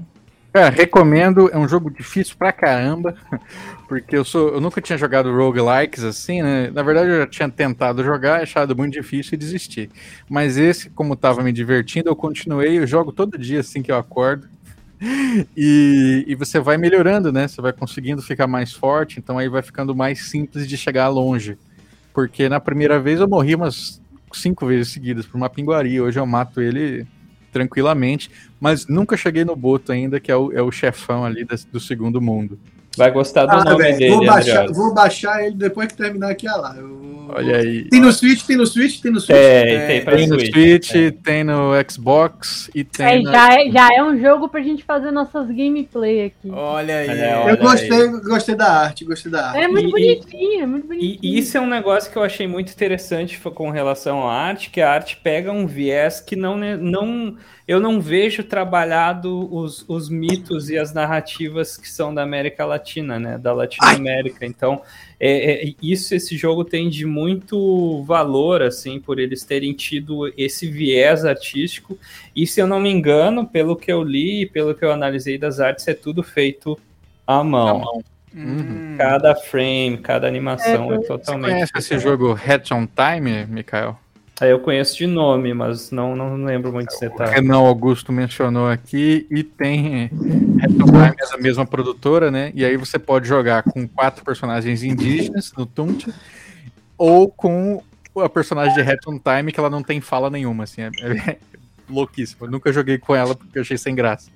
Cara, recomendo, é um jogo difícil pra caramba, porque eu sou, eu nunca tinha jogado roguelikes assim, né? Na verdade eu já tinha tentado jogar, achado muito difícil e desisti. Mas esse, como tava me divertindo, eu continuei, eu jogo todo dia assim que eu acordo. E, e você vai melhorando, né? Você vai conseguindo ficar mais forte, então aí vai ficando mais simples de chegar longe. Porque na primeira vez eu morri umas cinco vezes seguidas por uma pinguaria, hoje eu mato ele tranquilamente, mas nunca cheguei no Boto ainda, que é o, é o chefão ali das, do segundo mundo. Vai gostar do Ah, nome velho, dele, vou, baixar, Adriano. vou baixar ele depois que terminar aqui a live. Eu- Olha aí. Tem no Switch, tem no Switch, tem no Switch. É, É, tem pra Tem no Switch. Switch, é. tem no Xbox e tem É, no... já, é, já é um jogo pra gente fazer nossas gameplay aqui. Olha aí. É, Eu olha gostei, aí. gostei da arte, gostei da arte. É muito E- bonitinho, é muito E, bonitinho. e isso é um negócio que eu achei muito interessante fo- com relação à arte, que a arte pega um viés que não, ne- não eu não vejo trabalhado os, os mitos e as narrativas que são da América Latina, né? Da Latinoamérica. Então, é, é, isso esse jogo tem de muito valor, assim, por eles terem tido esse viés artístico. E se eu não me engano, pelo que eu li, pelo que eu analisei das artes, é tudo feito à mão. Hum. Cada frame, cada animação é, É, Você totalmente. conhece esse jogo Hat on Time, Mikael? Aí eu conheço de nome, mas não, não lembro muito O detalhes. Renan Augusto mencionou aqui, e tem Hat on Time, é da mesma produtora, né? E aí você pode jogar com quatro personagens indígenas no Tunt, ou com a personagem de Hat on Time, que ela não tem fala nenhuma, assim, é, é louquíssimo. Eu nunca joguei com ela porque eu achei sem graça.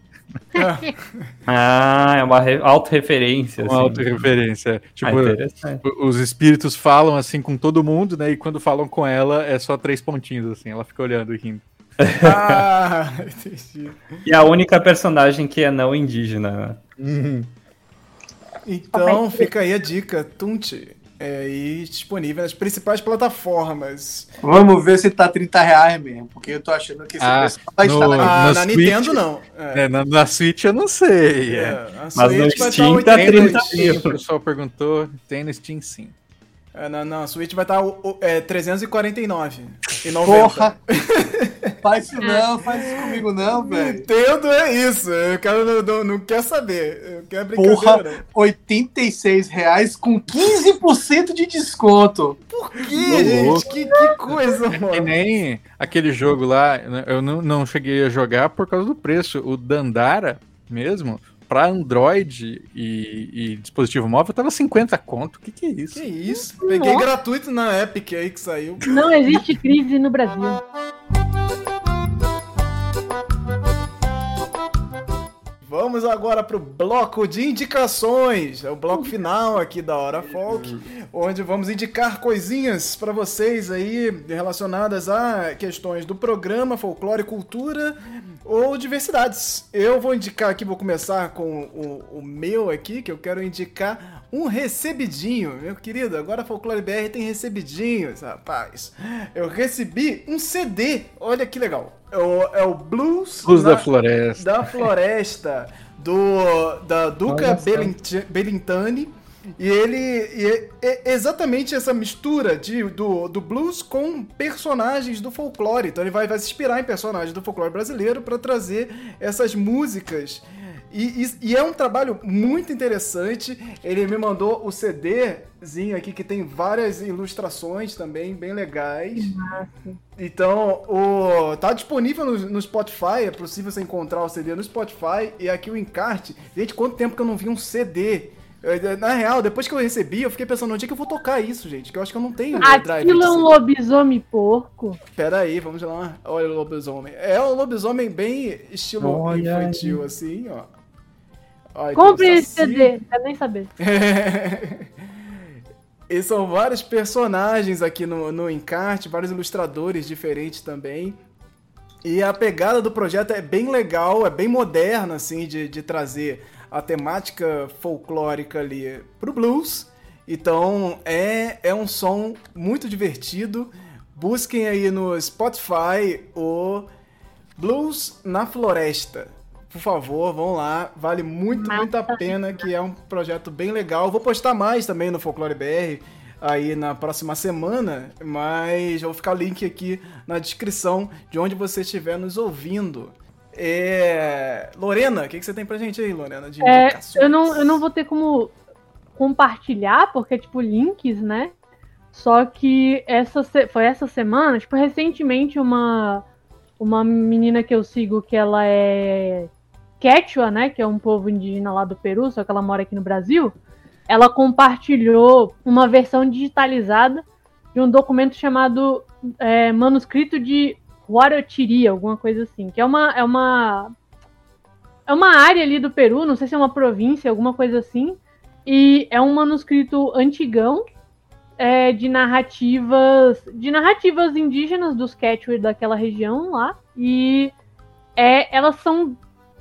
Ah, é uma re... autorreferência. Uma Assim. autorreferência. Tipo, Ah, interessante. os espíritos falam assim com todo mundo, né? E quando falam com ela é só três pontinhos, assim. Ela fica olhando e rindo. Ah, entendi. E a única personagem que é não indígena. Então, fica aí a dica, Tunt. É aí disponível nas principais plataformas. Vamos ver se tá trinta reais mesmo, porque eu tô achando que esse Ah, preço não vai no- estar na Ah, na na Switch- Nintendo não. É. É, na, na Switch eu não sei. É, É. a Mas no Switch vai Steam estar tá Tem oitenta. no Steam, o pessoal perguntou. Tem no Steam, sim. É, na, na Switch vai estar o- o- é, trezentos e quarenta e nove reais e noventa. Porra! Faz isso não, faz isso comigo não, velho. Nintendo é isso. Eu quero, não, não, não quer saber. Eu quero Porra, brincadeira. oitenta e seis reais com quinze por cento de desconto. Por que, Tô gente? louco. Que, que coisa, E mano. nem aquele jogo lá, né, eu não, não cheguei a jogar por causa do preço. O Dandara mesmo, pra Android e, e dispositivo móvel, tava cinquenta conto. O que, que é isso? Que isso? Peguei Nossa. gratuito na Epic aí que saiu. Não existe crise no Brasil. Vamos agora pro bloco de indicações. É o bloco final aqui da Hora Folk, onde vamos indicar coisinhas pra vocês aí relacionadas a questões do programa, folclore e cultura ou diversidades. Eu vou indicar aqui, vou começar com o, o meu aqui, que eu quero indicar um recebidinho. Meu querido, agora a Folclore B R tem recebidinhos, rapaz. Eu recebi um C D, olha que legal. É o, é o Blues Luz na- da Floresta. da Floresta, do, da Duca Olha só. Belint- Belintani. E ele e é, é exatamente essa mistura de, do, do blues com personagens do folclore. Então ele vai, vai se inspirar em personagens do folclore brasileiro para trazer essas músicas. E, e- e é um trabalho muito interessante. Ele me mandou o CDzinho aqui que tem várias ilustrações também bem legais. Então, o, tá disponível no, no Spotify, é possível você encontrar o C D no Spotify. E aqui o encarte. Gente, quanto tempo que eu não vi um C D? Eu, na real, depois que eu recebi, eu fiquei pensando, onde é que eu vou tocar isso, gente? Que eu acho que eu não tenho o drive Aquilo de é um C D. lobisomem porco. Pera aí, vamos lá. Olha o lobisomem. É um lobisomem bem estilo Olha infantil, assim, ó. Olha, Compre tem o esse Saci. C D, quero nem saber. E são vários personagens aqui no, no encarte, vários ilustradores diferentes também. E a pegada do projeto é bem legal, é bem moderna, assim, de, de trazer a temática folclórica ali pro blues. Então é, é um som muito divertido. Busquem aí no Spotify o Blues na Floresta. Por favor, vão lá. Vale muito, muito a pena, que é um projeto bem legal. Vou postar mais também no Folclore B R aí na próxima semana, mas eu vou ficar o link aqui na descrição de onde você estiver nos ouvindo. É... Lorena, o que, que você tem pra gente aí, Lorena? De é, eu, não, eu não vou ter como compartilhar, porque é tipo links, né? Só que essa foi essa semana, tipo, recentemente uma, uma menina que eu sigo, que ela é Quechua, né? Que é um povo indígena lá do Peru, só que ela mora aqui no Brasil. Ela compartilhou uma versão digitalizada de um documento chamado é, Manuscrito de Huarotiri, alguma coisa assim, que é uma, é uma é uma área ali do Peru, não sei se é uma província, alguma coisa assim, e é um manuscrito antigão é, de narrativas de narrativas indígenas dos Quechua daquela região lá, e é, elas são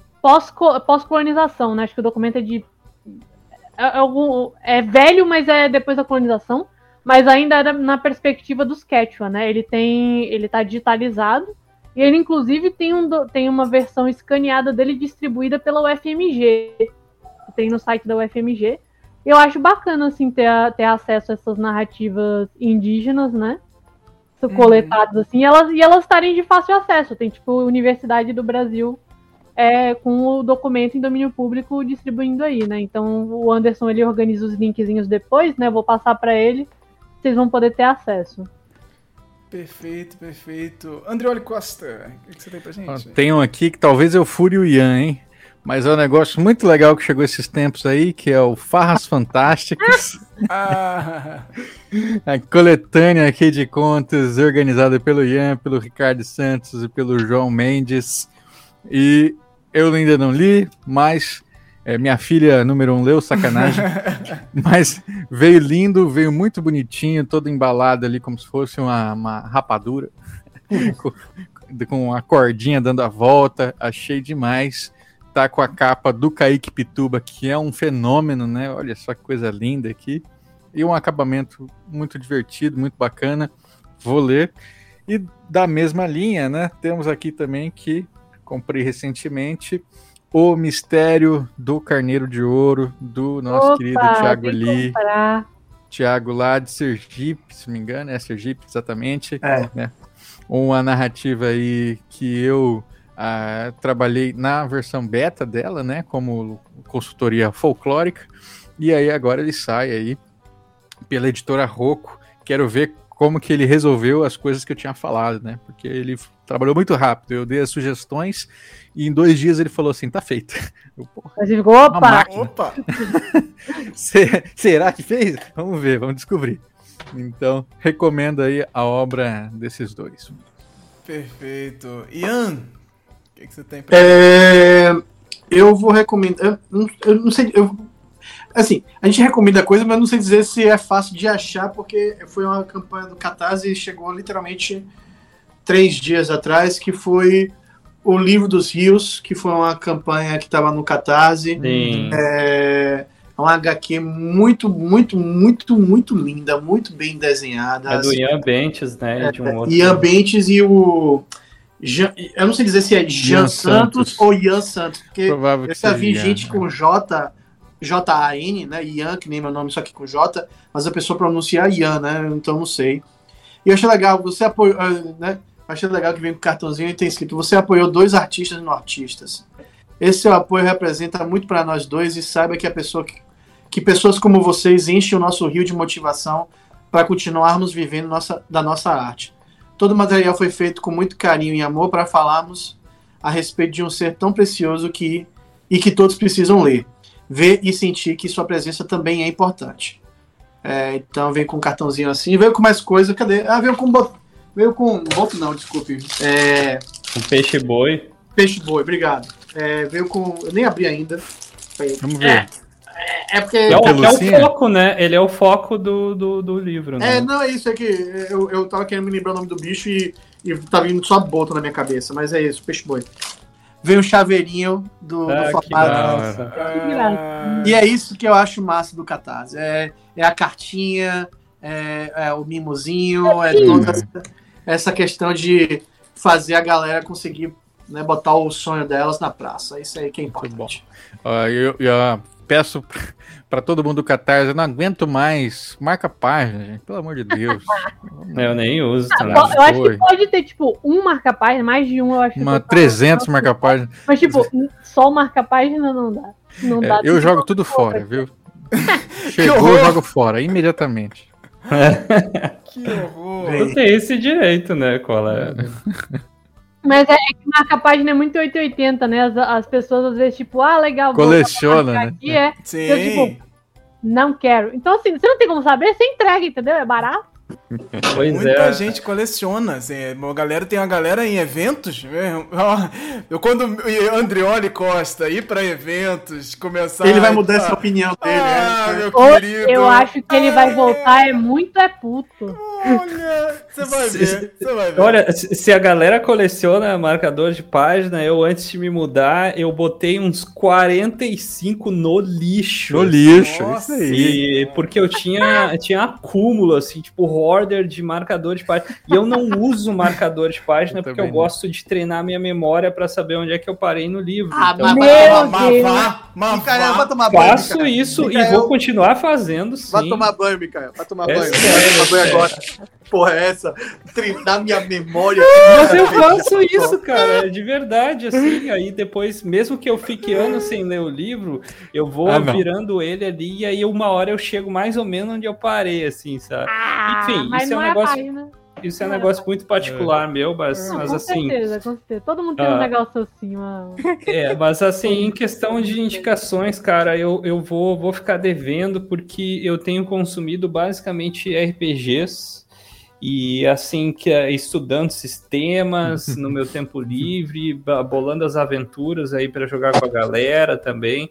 pós-colonização, né? Acho que o documento é de é, é, é velho, mas é depois da colonização. Mas ainda era na perspectiva dos Quechua, né? Ele tem, ele tá digitalizado e ele inclusive tem, um, tem uma versão escaneada dele distribuída pela U F M G, que tem no site da U F M G. Eu acho bacana assim ter, ter acesso a essas narrativas indígenas, né? Coletadas assim, e elas e elas estarem de fácil acesso. Tem tipo Universidade do Brasil é, com o documento em domínio público distribuindo aí, né? Então o Anderson ele organiza os linkzinhos depois, né? Eu vou passar para ele. Vocês vão poder ter acesso. Perfeito, perfeito. Andrioli Costa, o que você tem pra gente? Tem um aqui que talvez eu fure o Ian, hein? Mas é um negócio muito legal que chegou esses tempos aí, que é o Farras Fantásticas. Ah. A coletânea aqui de contos organizada pelo Ian, pelo Ricardo Santos e pelo João Mendes. E eu ainda não li, mas... É, minha filha número um leu, sacanagem, mas veio lindo, veio muito bonitinho, todo embalado ali como se fosse uma, uma rapadura, com, com a cordinha dando a volta, achei demais. Tá com a capa do Kaique Pituba, que é um fenômeno, né? Olha só que coisa linda aqui. E um acabamento muito divertido, muito bacana. Vou ler. E da mesma linha, né? Temos aqui também que comprei recentemente... O Mistério do Carneiro de Ouro, do nosso Opa, querido Thiago Lee. Comprar. Thiago lá de Sergipe, se não me engano, é Sergipe, exatamente. É. Né? Uma narrativa aí que eu ah, trabalhei na versão beta dela, né? Como consultoria folclórica. E aí agora ele sai aí pela editora Rocco. Quero ver como que ele resolveu as coisas que eu tinha falado, né? Porque ele trabalhou muito rápido. Eu dei as sugestões e em dois dias ele falou assim, tá feito. Eu, porra, Mas ele ficou, opa! Opa! Será que fez? Vamos ver, vamos descobrir. Então, recomendo aí a obra desses dois. Perfeito. Ian, o que, que você tem pra é, eu vou recomendar. Eu, eu não sei. Eu, assim, a gente recomenda coisa, mas eu não sei dizer se é fácil de achar, porque foi uma campanha do Catarse e chegou literalmente três dias atrás, que foi o Livro dos Rios, que foi uma campanha que estava no Catarse. Sim. É uma agá quê muito, muito, muito, muito linda, muito bem desenhada. É do Ian Bentes, né? É, de um outro... Ian Bentes e o... Jean, eu não sei dizer se é Jean Santos, Santos ou Ian Santos, porque Provável eu já vi Ian, gente né? com J, J A N, né? Ian, que nem meu nome, só que com J, mas a pessoa pronuncia Ian, né? Então não sei. E eu achei legal, você apoiou, né? Achei legal que vem com o cartãozinho e tem escrito: você apoiou dois artistas nortistas. Esse seu apoio representa muito para nós dois e saiba que a pessoa que, que pessoas como vocês enchem o nosso rio de motivação para continuarmos vivendo nossa, da nossa arte. Todo o material foi feito com muito carinho e amor para falarmos a respeito de um ser tão precioso que, e que todos precisam ler, ver e sentir que sua presença também é importante. É, então vem com um cartãozinho assim, veio com mais coisa, cadê? Ah, veio com bot... veio com boto não, desculpe. É... Um peixe boi. Peixe boi, obrigado. É, veio com, eu nem abri ainda. Vamos ver. É, é porque É o, é Pelucinha? o foco, né? Ele é o foco do, do, do livro, né? É, não, é isso, é que eu, eu tava querendo me lembrar o nome do bicho e, e tá vindo só boto na minha cabeça, mas é isso, peixe boi. Veio o chaveirinho do, Ah, do que formato. massa. Ah, E é isso que eu acho massa do Catarse. É, é a cartinha, é, é o mimozinho, é toda essa, essa questão de fazer a galera conseguir, né, botar o sonho delas na praça. Isso aí que é importante. Ó, eu, eu, peço pra todo mundo do Catarse, eu não aguento mais. Marca a página, gente, pelo amor de Deus. Eu nem uso Ah, também. eu acho que pode ter, tipo, um marca-página, mais de um, eu acho que Uma total, trezentos não, marca-página. Mas, tipo, só marca-página não dá. Não É, dá eu jogo tudo fora, viu? Chegou, eu jogo fora, imediatamente. Que horror. Tu tem esse direito, né, Cola? Mas é que marca-página é muito oitocentos e oitenta, né? As, as pessoas às vezes, tipo, ah, legal, vou Coleciona, marcar né? aqui, é. Sim. Eu, tipo, não quero. Então, assim, você não tem como saber, você entrega, entendeu? É barato. Pois Muita é. gente coleciona, assim, a galera tem uma galera em eventos, né? Ó, eu quando o Andrioli Costa ir pra eventos, começar... Ele vai mudar a- essa opinião dele, Ah, né? meu Ou querido. eu acho que ele vai Ai, voltar, é muito é puto. Olha, você vai ver, você vai ver. Olha, se se a galera coleciona marcador de página, eu antes de me mudar, eu botei uns quarenta e cinco no lixo. No lixo, Nossa. isso aí. E porque eu tinha, tinha acúmulo, assim, tipo, hoarder de marcador de página. E eu não uso marcador de página Eu porque eu também não. gosto de treinar minha memória pra saber onde é que eu parei no livro. Ah, Então, mas- Meu Mas Deus. vá, mas Micael, vá. vai tomar banho. faço Micael. isso e Micael, vou continuar fazendo, sim. Vai tomar banho, Micael. Vai tomar É banho. sério, Vai tomar banho é agora. Porra, é essa? Treinar minha memória. Mas eu faço isso, cara, de verdade, assim. Aí depois, mesmo que eu fique anos sem ler o livro, eu vou Ah, não. virando ele ali e aí uma hora eu chego mais ou menos onde eu parei, assim, sabe? Ah, Enfim, mas isso é não um é negócio- página. Isso é um negócio muito particular meu, mas, Não, mas com assim. certeza, com certeza. Todo mundo tem Ah. um negócio assim, mano. É, mas assim, em questão de indicações, cara, eu, eu vou, vou ficar devendo porque eu tenho consumido basicamente R P Gs e assim, que é, estudando sistemas no meu tempo livre, ba- bolando as aventuras aí para jogar com a galera também.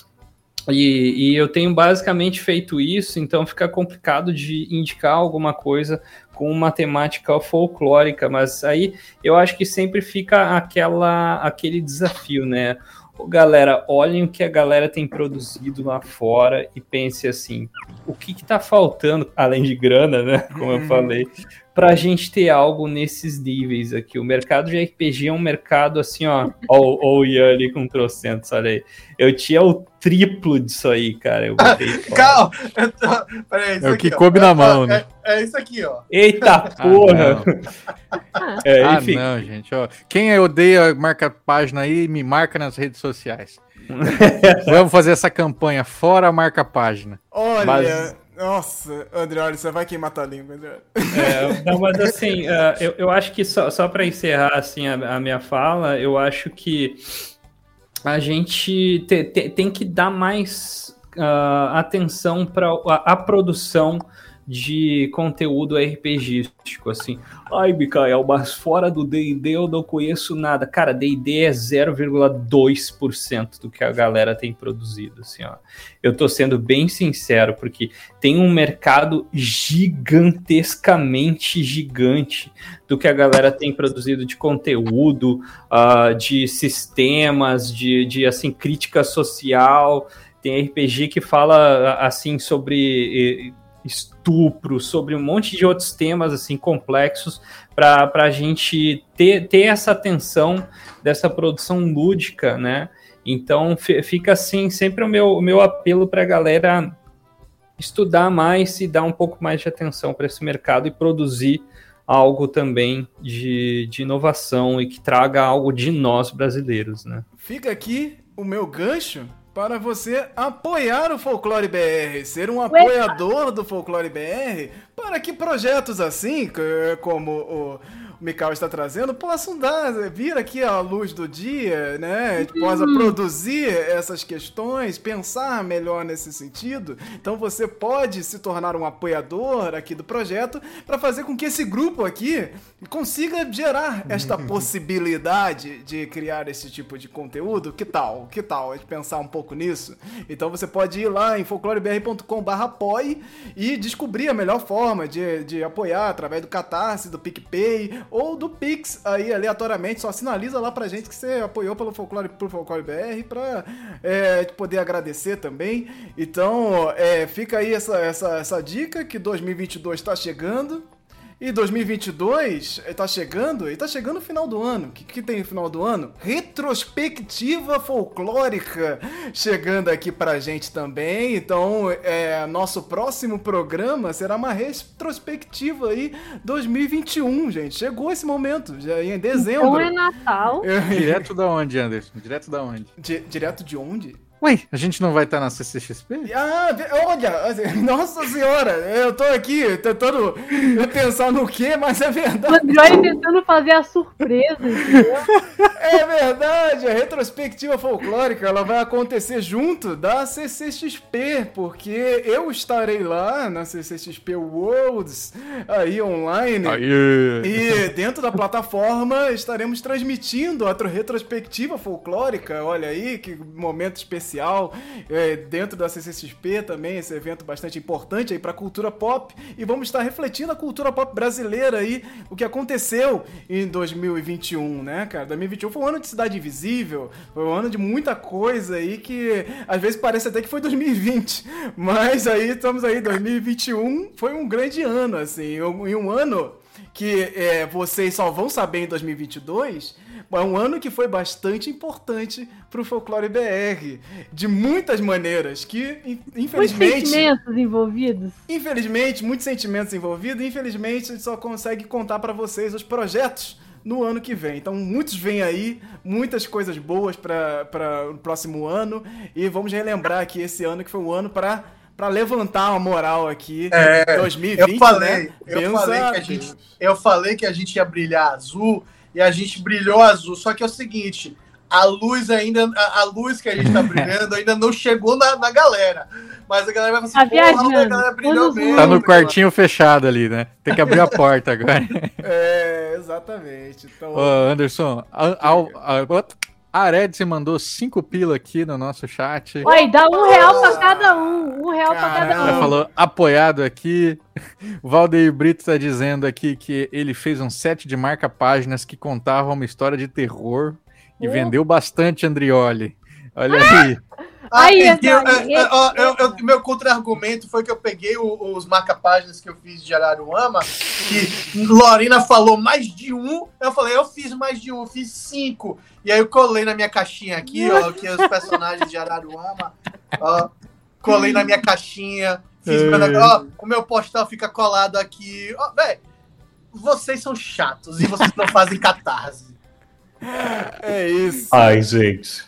E, e eu tenho basicamente feito isso, então fica complicado de indicar alguma coisa com uma temática folclórica, mas aí eu acho que sempre fica aquela, aquele desafio, né? Ô, galera, olhem o que a galera tem produzido lá fora e pense assim, o que que tá faltando, além de grana, né? Como eu falei, pra gente ter algo nesses níveis aqui. O mercado de R P G é um mercado assim, ó, ó, ó o Ian ali com trocentos, olha aí. Eu tinha o triplo disso aí, cara. Eu botei fora. Calma. Eu tô- Peraí, isso É o aqui, que ó. coube na É- mão, é- né? É isso aqui, ó. Eita Ah, porra! não. É, Ah, enfim, não, gente. Ó, quem odeia marca página aí, me marca nas redes sociais. Vamos fazer essa campanha fora a marca página. Olha, Mas- nossa, Andrioli, você vai queimar tua língua, Andrioli. é, não, mas assim, uh, eu, eu acho que só, só para encerrar assim, a, a minha fala, eu acho que a gente te, te, tem que dar mais uh, atenção para a, a produção de conteúdo RPGístico, assim. Ai, Micael, mas fora do D e D eu não conheço nada. Cara, D e D é zero vírgula dois por cento do que a galera tem produzido, assim, ó. Eu tô sendo bem sincero, porque tem um mercado gigantescamente gigante do que a galera tem produzido de conteúdo, uh, de sistemas, de, de, assim, crítica social. Tem R P G que fala, assim, sobre estupro, sobre um monte de outros temas assim complexos para a gente ter, ter essa atenção dessa produção lúdica, né? Então fica assim sempre o meu, o meu apelo para a galera estudar mais e dar um pouco mais de atenção para esse mercado e produzir algo também de, de inovação e que traga algo de nós brasileiros, né? Fica aqui o meu gancho para você apoiar o Folclore B R, ser um apoiador do Folclore B R, para que projetos assim, como o Micael está trazendo, possam dar, vir aqui à luz do dia, né? A gente possa produzir essas questões, pensar melhor nesse sentido. Então você pode se tornar um apoiador aqui do projeto para fazer com que esse grupo aqui consiga gerar esta possibilidade de criar esse tipo de conteúdo. Que tal? Que tal a gente pensar um pouco nisso? Então você pode ir lá em folclore b r ponto com barra apoie e descobrir a melhor forma de, de apoiar através do Catarse, do PicPay ou do Pix, aí aleatoriamente, só sinaliza lá pra gente que você apoiou pelo Folclore, pro Folclore B R pra é, poder agradecer também. Então, é, fica aí essa, essa, essa dica que dois mil e vinte e dois tá chegando E dois mil e vinte e dois tá chegando, e tá chegando o final do ano. O que, que tem no final do ano? Retrospectiva folclórica chegando aqui pra gente também. Então, é, nosso próximo programa será uma retrospectiva aí dois mil e vinte e um, gente. Chegou esse momento, já em dezembro. Então é Natal. Direto da onde, Anderson? Direto da onde? Di- direto de onde? Ué, a gente não vai estar na C C X P? Ah, olha, nossa senhora, eu tô aqui tentando pensar no que, mas é O verdade. Android tentando fazer a surpresa, entendeu? É verdade, a retrospectiva folclórica ela vai acontecer junto da C C X P, porque eu estarei lá na C C X P Worlds, aí online, Aí. e dentro da plataforma estaremos transmitindo a retrospectiva folclórica, olha aí, que momento especial. É, dentro da C C X P também, esse evento bastante importante aí para a cultura pop, e vamos estar refletindo a cultura pop brasileira aí, o que aconteceu em dois mil e vinte e um, né, cara? dois mil e vinte e um foi um ano de Cidade Invisível, foi um ano de muita coisa aí que às vezes parece até que foi dois mil e vinte, mas aí estamos aí, dois mil e vinte e um foi um grande ano, assim, e um ano que é, vocês só vão saber em dois mil e vinte e dois. É um ano que foi bastante importante pro Folclore B R, de muitas maneiras, que infelizmente... Muitos sentimentos envolvidos. Infelizmente, muitos sentimentos envolvidos, infelizmente a gente só consegue contar para vocês os projetos no ano que vem. Então, muitos vêm aí, muitas coisas boas para o próximo ano, e vamos relembrar aqui esse ano que foi o ano para... Pra levantar a moral aqui, É, dois mil e vinte, eu falei, né? eu Pensa falei que a Deus. gente, eu falei que a gente ia brilhar azul e a gente brilhou azul. Só que é o seguinte, a luz ainda, a, a luz que a gente tá brilhando ainda não chegou na, na galera. Mas a galera vai falar assim, Tá porra, a viajando. galera brilhou Todos mesmo. Tá no quartinho fechado ali, né? Tem que abrir a porta agora. É, exatamente. Então, Ô, Anderson, a, a, a, a Aredse mandou cinco pila aqui no nosso chat. Olha, dá um real pra cada um. Um real pra cada Caramba. Ela um. falou apoiado aqui. O Valdeir Brito tá dizendo aqui que ele fez um set de marca-páginas que contava uma história de terror e Oh. vendeu bastante Andrioli. Olha aí. Ah, Aí, e eu- André, é, é, ó, eu- eu- meu contra-argumento foi que eu peguei o- os marca-páginas que eu fiz de Araruama, que Lorena falou mais de um, eu falei, eu fiz mais de um, eu fiz cinco. E aí eu colei na minha caixinha aqui, ó, que é os personagens de Araruama, ó, colei na minha caixinha, fiz meu negócio, ó, o meu postal fica colado aqui. Ó, véi, vocês são chatos e vocês não fazem catarse. é isso. Ai, gente.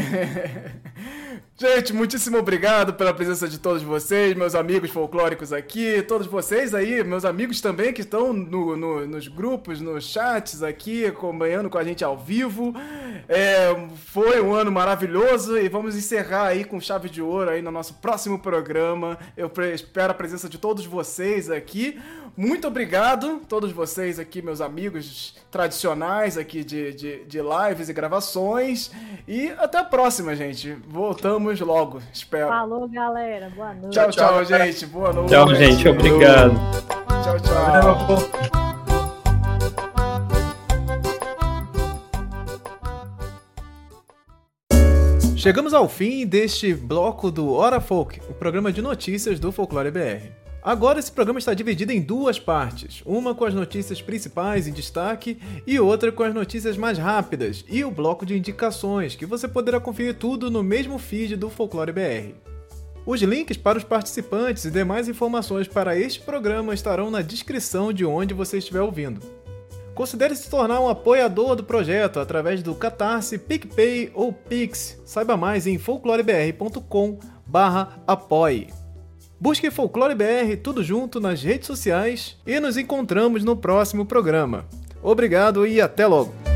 Gente, muitíssimo obrigado pela presença de todos vocês, meus amigos folclóricos aqui, todos vocês aí, meus amigos também que estão no, no- nos grupos, nos chats aqui, acompanhando com a gente ao vivo. É, foi um ano maravilhoso e vamos encerrar aí com chave de ouro aí no nosso próximo programa. Eu pre- espero a presença de todos vocês aqui. Muito obrigado, todos vocês aqui, meus amigos tradicionais aqui de, de, de lives e gravações. E até a próxima, gente. Voltamos logo, espero. Falou, galera. Boa noite. Tchau, tchau, Tchau, gente. Boa noite. Tchau, gente. Obrigado. Tchau, tchau. Chegamos ao fim deste bloco do Hora Folk, o programa de notícias do Folclore B R. Agora esse programa está dividido em duas partes, uma com as notícias principais em destaque e outra com as notícias mais rápidas e o bloco de indicações, que você poderá conferir tudo no mesmo feed do Folclore B R. Os links para os participantes e demais informações para este programa estarão na descrição de onde você estiver ouvindo. Considere se tornar um apoiador do projeto através do Catarse, PicPay ou Pix. Saiba mais em folclorebr ponto com barra apoie. Busque Folclore B R tudo junto nas redes sociais e nos encontramos no próximo programa. Obrigado e até logo!